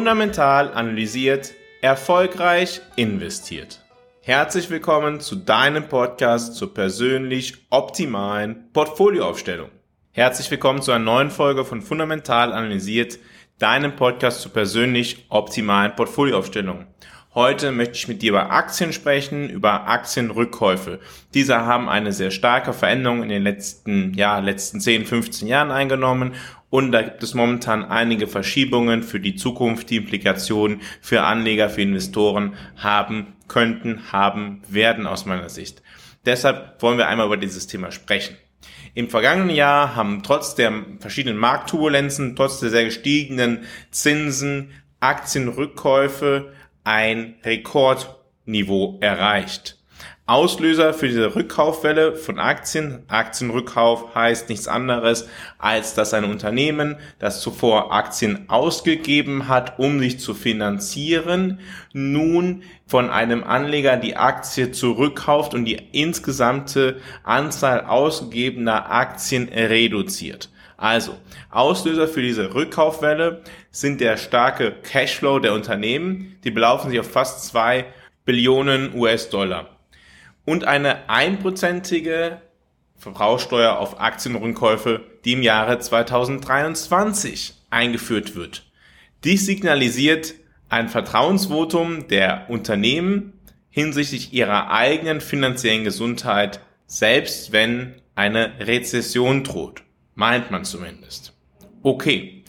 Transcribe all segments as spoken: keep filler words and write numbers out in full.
Fundamental analysiert, erfolgreich investiert. Herzlich willkommen zu deinem Podcast zur persönlich optimalen Portfolioaufstellung. Herzlich willkommen zu einer neuen Folge von Fundamental analysiert, deinem Podcast zur persönlich optimalen Portfolioaufstellung. Heute möchte ich mit dir über Aktien sprechen, über Aktienrückkäufe. Diese haben eine sehr starke Veränderung in den letzten, ja, letzten zehn, fünfzehn Jahren eingenommen und da gibt es momentan einige Verschiebungen für die Zukunft, die Implikationen für Anleger, für Investoren haben könnten, haben werden aus meiner Sicht. Deshalb wollen wir einmal über dieses Thema sprechen. Im vergangenen Jahr haben trotz der verschiedenen Marktturbulenzen, trotz der sehr gestiegenen Zinsen, Aktienrückkäufe ein Rekordniveau erreicht. Auslöser für diese Rückkaufwelle von Aktien, Aktienrückkauf heißt nichts anderes, als dass ein Unternehmen, das zuvor Aktien ausgegeben hat, um sich zu finanzieren, nun von einem Anleger die Aktie zurückkauft und die insgesamte Anzahl ausgegebener Aktien reduziert. Also, Auslöser für diese Rückkaufwelle sind der starke Cashflow der Unternehmen, die belaufen sich auf fast zwei Billionen U S-Dollar. Und eine einprozentige Verbrauchssteuer auf Aktienrückkäufe, die im Jahre zweitausenddreiundzwanzig eingeführt wird. Dies signalisiert ein Vertrauensvotum der Unternehmen hinsichtlich ihrer eigenen finanziellen Gesundheit, selbst wenn eine Rezession droht. Meint man zumindest. Okay,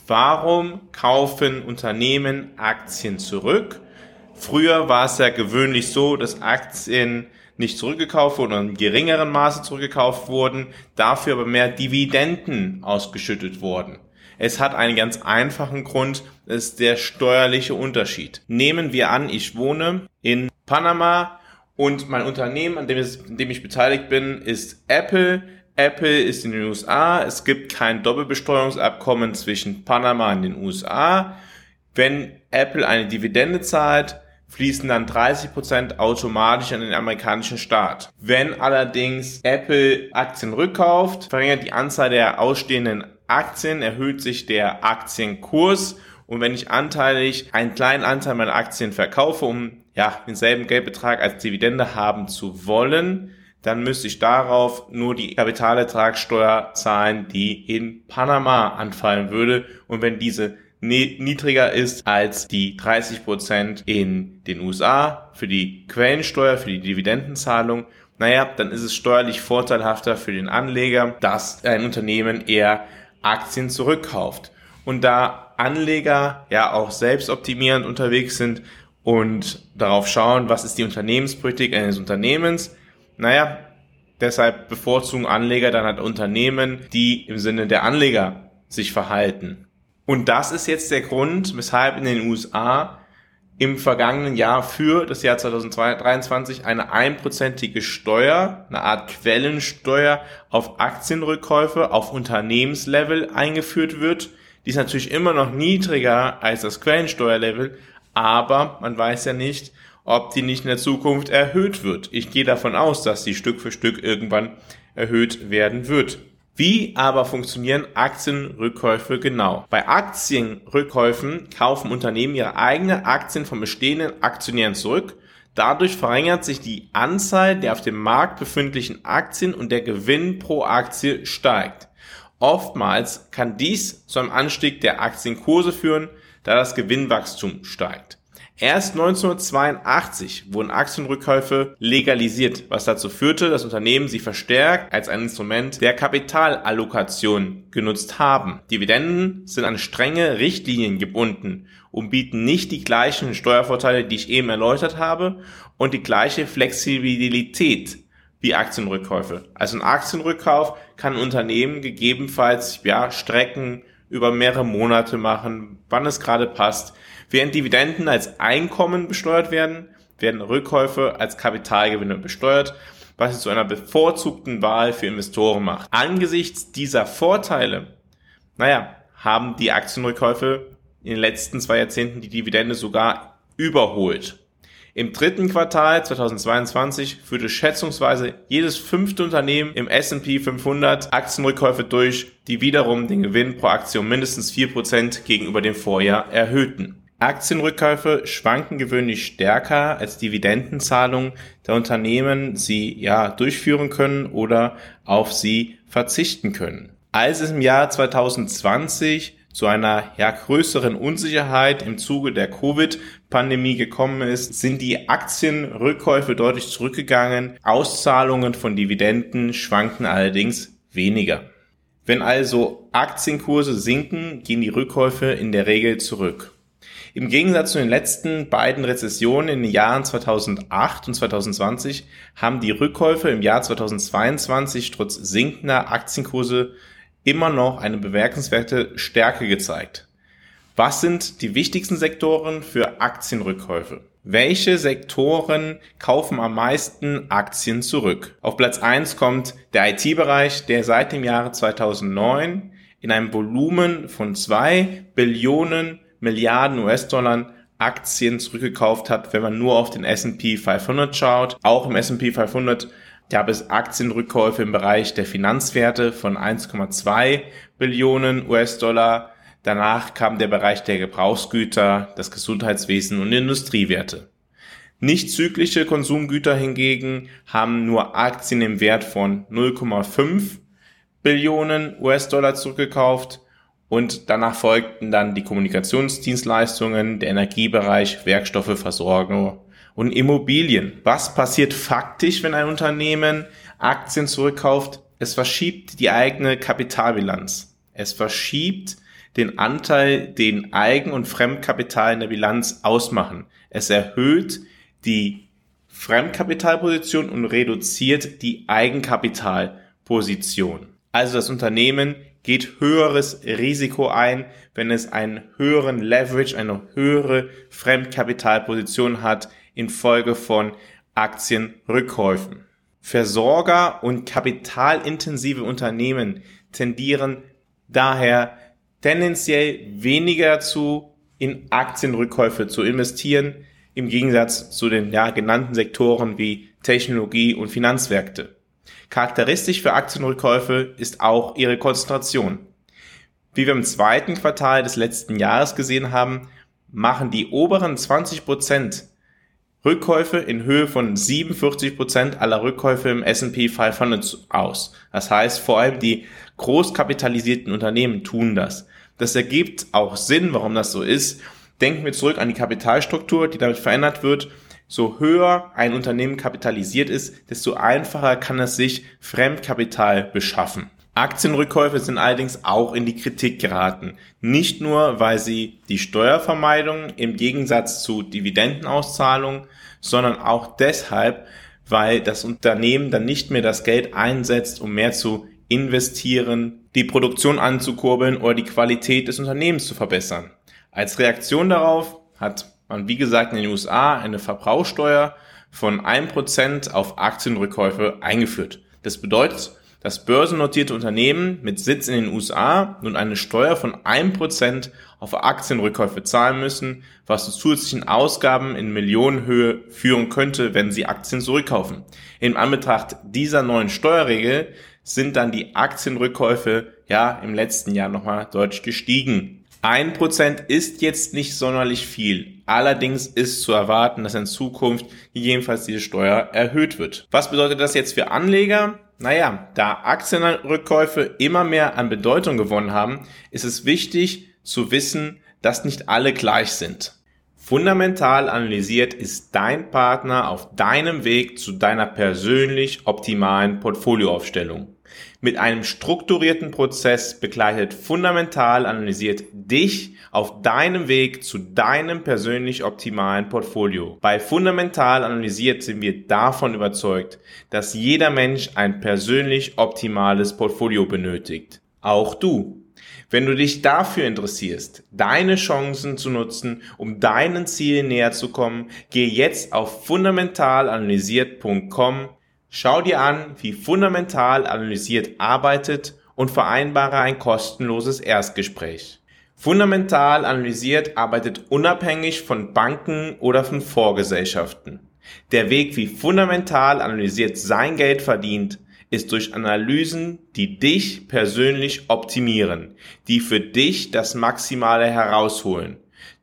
warum kaufen Unternehmen Aktien zurück? Früher war es ja gewöhnlich so, dass Aktien nicht zurückgekauft wurden oder in geringeren Maße zurückgekauft wurden, dafür aber mehr Dividenden ausgeschüttet wurden. Es hat einen ganz einfachen Grund, das ist der steuerliche Unterschied. Nehmen wir an, ich wohne in Panama und mein Unternehmen, an dem, es, an dem ich beteiligt bin, ist Apple. Apple ist in den U S A, es gibt kein Doppelbesteuerungsabkommen zwischen Panama und den U S A. Wenn Apple eine Dividende zahlt, fließen dann dreißig Prozent automatisch an den amerikanischen Staat. Wenn allerdings Apple Aktien rückkauft, verringert die Anzahl der ausstehenden Aktien, erhöht sich der Aktienkurs und wenn ich anteilig einen kleinen Anteil meiner Aktien verkaufe, um ja denselben Geldbetrag als Dividende haben zu wollen, dann müsste ich darauf nur die Kapitalertragssteuer zahlen, die in Panama anfallen würde. Und wenn diese niedriger ist als die dreißig Prozent in den U S A für die Quellensteuer, für die Dividendenzahlung, naja, dann ist es steuerlich vorteilhafter für den Anleger, dass ein Unternehmen eher Aktien zurückkauft. Und da Anleger ja auch selbstoptimierend unterwegs sind und darauf schauen, was ist die Unternehmenspolitik eines Unternehmens, naja, deshalb bevorzugen Anleger dann halt Unternehmen, die im Sinne der Anleger sich verhalten. Und das ist jetzt der Grund, weshalb in den U S A im vergangenen Jahr für das Jahr zweitausenddreiundzwanzig eine einprozentige Steuer, eine Art Quellensteuer auf Aktienrückkäufe auf Unternehmenslevel eingeführt wird. Die ist natürlich immer noch niedriger als das Quellensteuerlevel, aber man weiß ja nicht, ob die nicht in der Zukunft erhöht wird. Ich gehe davon aus, dass die Stück für Stück irgendwann erhöht werden wird. Wie aber funktionieren Aktienrückkäufe genau? Bei Aktienrückkäufen kaufen Unternehmen ihre eigenen Aktien von bestehenden Aktionären zurück. Dadurch verringert sich die Anzahl der auf dem Markt befindlichen Aktien und der Gewinn pro Aktie steigt. Oftmals kann dies zu einem Anstieg der Aktienkurse führen, da das Gewinnwachstum steigt. Erst neunzehnhundertzweiundachtzig wurden Aktienrückkäufe legalisiert, was dazu führte, dass Unternehmen sie verstärkt als ein Instrument der Kapitalallokation genutzt haben. Dividenden sind an strenge Richtlinien gebunden und bieten nicht die gleichen Steuervorteile, die ich eben erläutert habe, und die gleiche Flexibilität wie Aktienrückkäufe. Also ein Aktienrückkauf kann ein Unternehmen gegebenenfalls ja Strecken über mehrere Monate machen, wann es gerade passt. Während Dividenden als Einkommen besteuert werden, werden Rückkäufe als Kapitalgewinne besteuert, was es zu einer bevorzugten Wahl für Investoren macht. Angesichts dieser Vorteile, naja, haben die Aktienrückkäufe in den letzten zwei Jahrzehnten die Dividende sogar überholt. Im dritten Quartal zweitausendzweiundzwanzig führte schätzungsweise jedes fünfte Unternehmen im S und P fünfhundert Aktienrückkäufe durch, die wiederum den Gewinn pro Aktie um mindestens vier Prozent gegenüber dem Vorjahr erhöhten. Aktienrückkäufe schwanken gewöhnlich stärker als Dividendenzahlungen, da Unternehmen sie ja durchführen können oder auf sie verzichten können. Als es im Jahr zwanzig zwanzig zu einer ja, größeren Unsicherheit im Zuge der Covid-Pandemie gekommen ist, sind die Aktienrückkäufe deutlich zurückgegangen. Auszahlungen von Dividenden schwanken allerdings weniger. Wenn also Aktienkurse sinken, gehen die Rückkäufe in der Regel zurück. Im Gegensatz zu den letzten beiden Rezessionen in den Jahren zweitausendacht und zwanzig zwanzig haben die Rückkäufe im Jahr zweitausendzweiundzwanzig trotz sinkender Aktienkurse immer noch eine bemerkenswerte Stärke gezeigt. Was sind die wichtigsten Sektoren für Aktienrückkäufe? Welche Sektoren kaufen am meisten Aktien zurück? Auf Platz eins kommt der I T-Bereich, der seit dem Jahre zweitausendneun in einem Volumen von zwei Billionen Milliarden U S-Dollar Aktien zurückgekauft hat, wenn man nur auf den S und P fünfhundert schaut. Auch im S und P fünfhundert gab es Aktienrückkäufe im Bereich der Finanzwerte von eins Komma zwei Billionen U S-Dollar. Danach kam der Bereich der Gebrauchsgüter, das Gesundheitswesen und Industriewerte. Nicht zyklische Konsumgüter hingegen haben nur Aktien im Wert von null Komma fünf Billionen U S-Dollar zurückgekauft und danach folgten dann die Kommunikationsdienstleistungen, der Energiebereich, Werkstoffe, Versorgung und Immobilien. Was passiert faktisch, wenn ein Unternehmen Aktien zurückkauft? Es verschiebt die eigene Kapitalbilanz. Es verschiebt den Anteil, den Eigen- und Fremdkapital in der Bilanz ausmachen. Es erhöht die Fremdkapitalposition und reduziert die Eigenkapitalposition. Also das Unternehmen geht höheres Risiko ein, wenn es einen höheren Leverage, eine höhere Fremdkapitalposition hat infolge von Aktienrückkäufen. Versorger und kapitalintensive Unternehmen tendieren daher tendenziell weniger dazu, in Aktienrückkäufe zu investieren, im Gegensatz zu den ja, genannten Sektoren wie Technologie und Finanzmärkte. Charakteristisch für Aktienrückkäufe ist auch ihre Konzentration. Wie wir im zweiten Quartal des letzten Jahres gesehen haben, machen die oberen zwanzig Prozent Rückkäufe in Höhe von siebenundvierzig Prozent aller Rückkäufe im S und P fünfhundert aus. Das heißt, vor allem die großkapitalisierten Unternehmen tun das. Das ergibt auch Sinn, warum das so ist. Denken wir zurück an die Kapitalstruktur, die damit verändert wird. So höher ein Unternehmen kapitalisiert ist, desto einfacher kann es sich Fremdkapital beschaffen. Aktienrückkäufe sind allerdings auch in die Kritik geraten. Nicht nur, weil sie die Steuervermeidung im Gegensatz zu Dividendenauszahlungen, sondern auch deshalb, weil das Unternehmen dann nicht mehr das Geld einsetzt, um mehr zu investieren, die Produktion anzukurbeln oder die Qualität des Unternehmens zu verbessern. Als Reaktion darauf hat man, wie gesagt, in den U S A eine Verbrauchssteuer von ein Prozent auf Aktienrückkäufe eingeführt. Das bedeutet, dass börsennotierte Unternehmen mit Sitz in den U S A nun eine Steuer von ein Prozent auf Aktienrückkäufe zahlen müssen, was zu zusätzlichen Ausgaben in Millionenhöhe führen könnte, wenn sie Aktien zurückkaufen. In Anbetracht dieser neuen Steuerregel sind dann die Aktienrückkäufe ja im letzten Jahr nochmal deutlich gestiegen. Ein Prozent ist jetzt nicht sonderlich viel. Allerdings ist zu erwarten, dass in Zukunft gegebenenfalls diese Steuer erhöht wird. Was bedeutet das jetzt für Anleger? Naja, da Aktienrückkäufe immer mehr an Bedeutung gewonnen haben, ist es wichtig zu wissen, dass nicht alle gleich sind. Fundamental analysiert ist dein Partner auf deinem Weg zu deiner persönlich optimalen Portfolioaufstellung. Mit einem strukturierten Prozess begleitet Fundamental analysiert dich auf deinem Weg zu deinem persönlich optimalen Portfolio. Bei Fundamental analysiert sind wir davon überzeugt, dass jeder Mensch ein persönlich optimales Portfolio benötigt. Auch du. Wenn du dich dafür interessierst, deine Chancen zu nutzen, um deinen Zielen näher zu kommen, geh jetzt auf fundamental analysiert punkt com. Schau dir an, wie Fundamental analysiert arbeitet und vereinbare ein kostenloses Erstgespräch. Fundamental analysiert arbeitet unabhängig von Banken oder von Fondsgesellschaften. Der Weg, wie Fundamental analysiert sein Geld verdient, ist durch Analysen, die dich persönlich optimieren, die für dich das Maximale herausholen.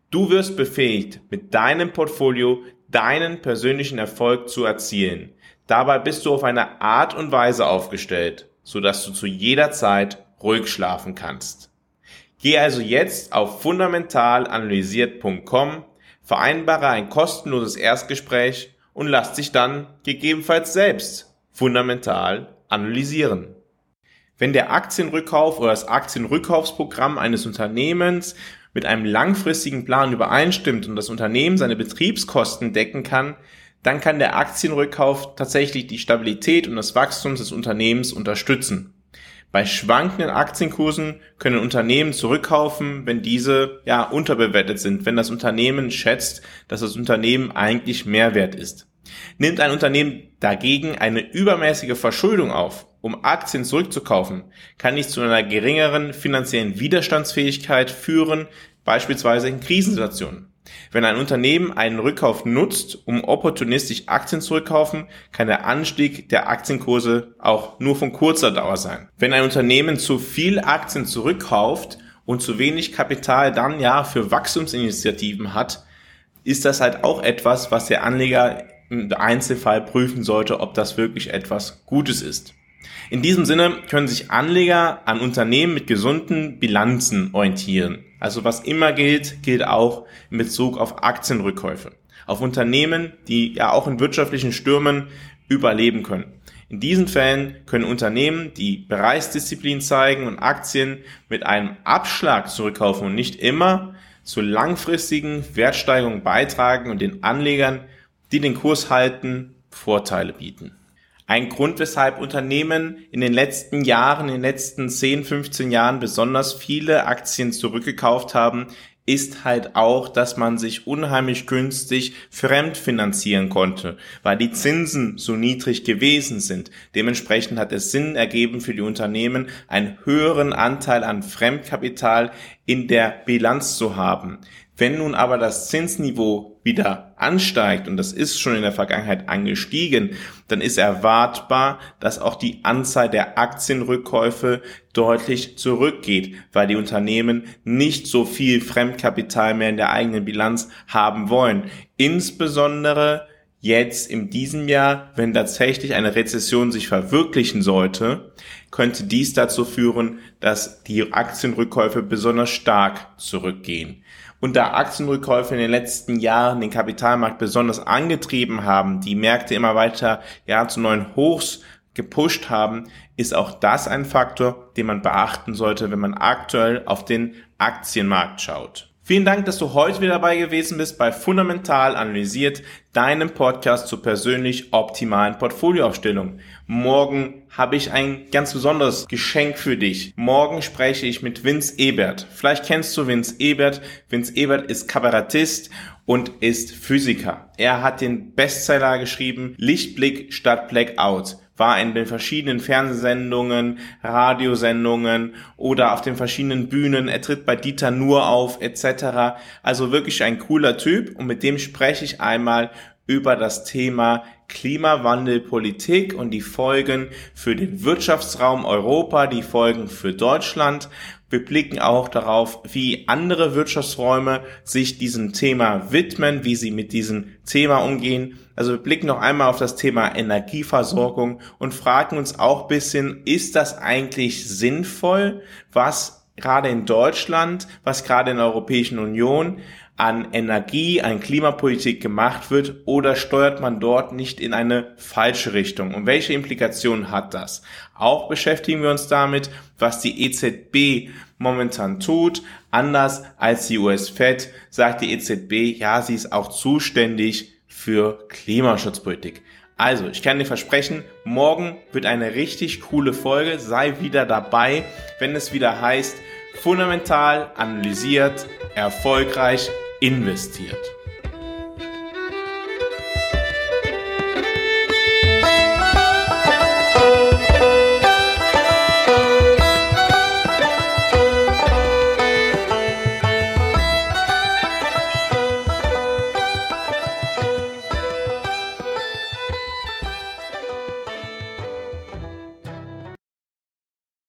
Du wirst befähigt, mit deinem Portfolio deinen persönlichen Erfolg zu erzielen. Dabei bist du auf eine Art und Weise aufgestellt, sodass du zu jeder Zeit ruhig schlafen kannst. Geh also jetzt auf fundamental analysiert punkt com, vereinbare ein kostenloses Erstgespräch und lass dich dann gegebenenfalls selbst fundamental analysieren. Wenn der Aktienrückkauf oder das Aktienrückkaufsprogramm eines Unternehmens mit einem langfristigen Plan übereinstimmt und das Unternehmen seine Betriebskosten decken kann, dann kann der Aktienrückkauf tatsächlich die Stabilität und das Wachstum des Unternehmens unterstützen. Bei schwankenden Aktienkursen können Unternehmen zurückkaufen, wenn diese ja unterbewertet sind, wenn das Unternehmen schätzt, dass das Unternehmen eigentlich mehr wert ist. Nimmt ein Unternehmen dagegen eine übermäßige Verschuldung auf, um Aktien zurückzukaufen, kann dies zu einer geringeren finanziellen Widerstandsfähigkeit führen, beispielsweise in Krisensituationen. Wenn ein Unternehmen einen Rückkauf nutzt, um opportunistisch Aktien zurückzukaufen, kann der Anstieg der Aktienkurse auch nur von kurzer Dauer sein. Wenn ein Unternehmen zu viel Aktien zurückkauft und zu wenig Kapital dann ja für Wachstumsinitiativen hat, ist das halt auch etwas, was der Anleger im Einzelfall prüfen sollte, ob das wirklich etwas Gutes ist. In diesem Sinne können sich Anleger an Unternehmen mit gesunden Bilanzen orientieren. Also was immer gilt, gilt auch in Bezug auf Aktienrückkäufe. Auf Unternehmen, die ja auch in wirtschaftlichen Stürmen überleben können. In diesen Fällen können Unternehmen, die Preisdisziplin zeigen und Aktien mit einem Abschlag zurückkaufen und nicht immer zu langfristigen Wertsteigerungen beitragen und den Anlegern, die den Kurs halten, Vorteile bieten. Ein Grund, weshalb Unternehmen in den letzten Jahren, in den letzten zehn, fünfzehn Jahren besonders viele Aktien zurückgekauft haben, ist halt auch, dass man sich unheimlich günstig fremdfinanzieren konnte, weil die Zinsen so niedrig gewesen sind. Dementsprechend hat es Sinn ergeben für die Unternehmen, einen höheren Anteil an Fremdkapital in der Bilanz zu haben. Wenn nun aber das Zinsniveau wieder ansteigt, und das ist schon in der Vergangenheit angestiegen, dann ist erwartbar, dass auch die Anzahl der Aktienrückkäufe deutlich zurückgeht, weil die Unternehmen nicht so viel Fremdkapital mehr in der eigenen Bilanz haben wollen. Insbesondere jetzt in diesem Jahr, wenn tatsächlich eine Rezession sich verwirklichen sollte, könnte dies dazu führen, dass die Aktienrückkäufe besonders stark zurückgehen. Und da Aktienrückkäufe in den letzten Jahren den Kapitalmarkt besonders angetrieben haben, die Märkte immer weiter ja zu neuen Hochs gepusht haben, ist auch das ein Faktor, den man beachten sollte, wenn man aktuell auf den Aktienmarkt schaut. Vielen Dank, dass du heute wieder dabei gewesen bist bei Fundamental Analysiert, deinem Podcast zur persönlich optimalen Portfolioaufstellung. Morgen habe ich ein ganz besonderes Geschenk für dich. Morgen spreche ich mit Vince Ebert. Vielleicht kennst du Vince Ebert. Vince Ebert ist Kabarettist und ist Physiker. Er hat den Bestseller geschrieben, Lichtblick statt Blackout. War in den verschiedenen Fernsehsendungen, Radiosendungen oder auf den verschiedenen Bühnen. Er tritt bei Dieter Nuhr auf, et cetera. Also wirklich ein cooler Typ und mit dem spreche ich einmal über das Thema Klimawandelpolitik und die Folgen für den Wirtschaftsraum Europa, die Folgen für Deutschland. Wir blicken auch darauf, wie andere Wirtschaftsräume sich diesem Thema widmen, wie sie mit diesem Thema umgehen. Also wir blicken noch einmal auf das Thema Energieversorgung und fragen uns auch ein bisschen, ist das eigentlich sinnvoll, was gerade in Deutschland, was gerade in der Europäischen Union an Energie, an Klimapolitik gemacht wird, oder steuert man dort nicht in eine falsche Richtung? Und welche Implikationen hat das? Auch beschäftigen wir uns damit, was die E Z B momentan tut. Anders als die U S Fed sagt die E Z B, ja, sie ist auch zuständig für Klimaschutzpolitik. Also, ich kann dir versprechen, morgen wird eine richtig coole Folge. Sei wieder dabei, wenn es wieder heißt, fundamental analysiert, erfolgreich investiert.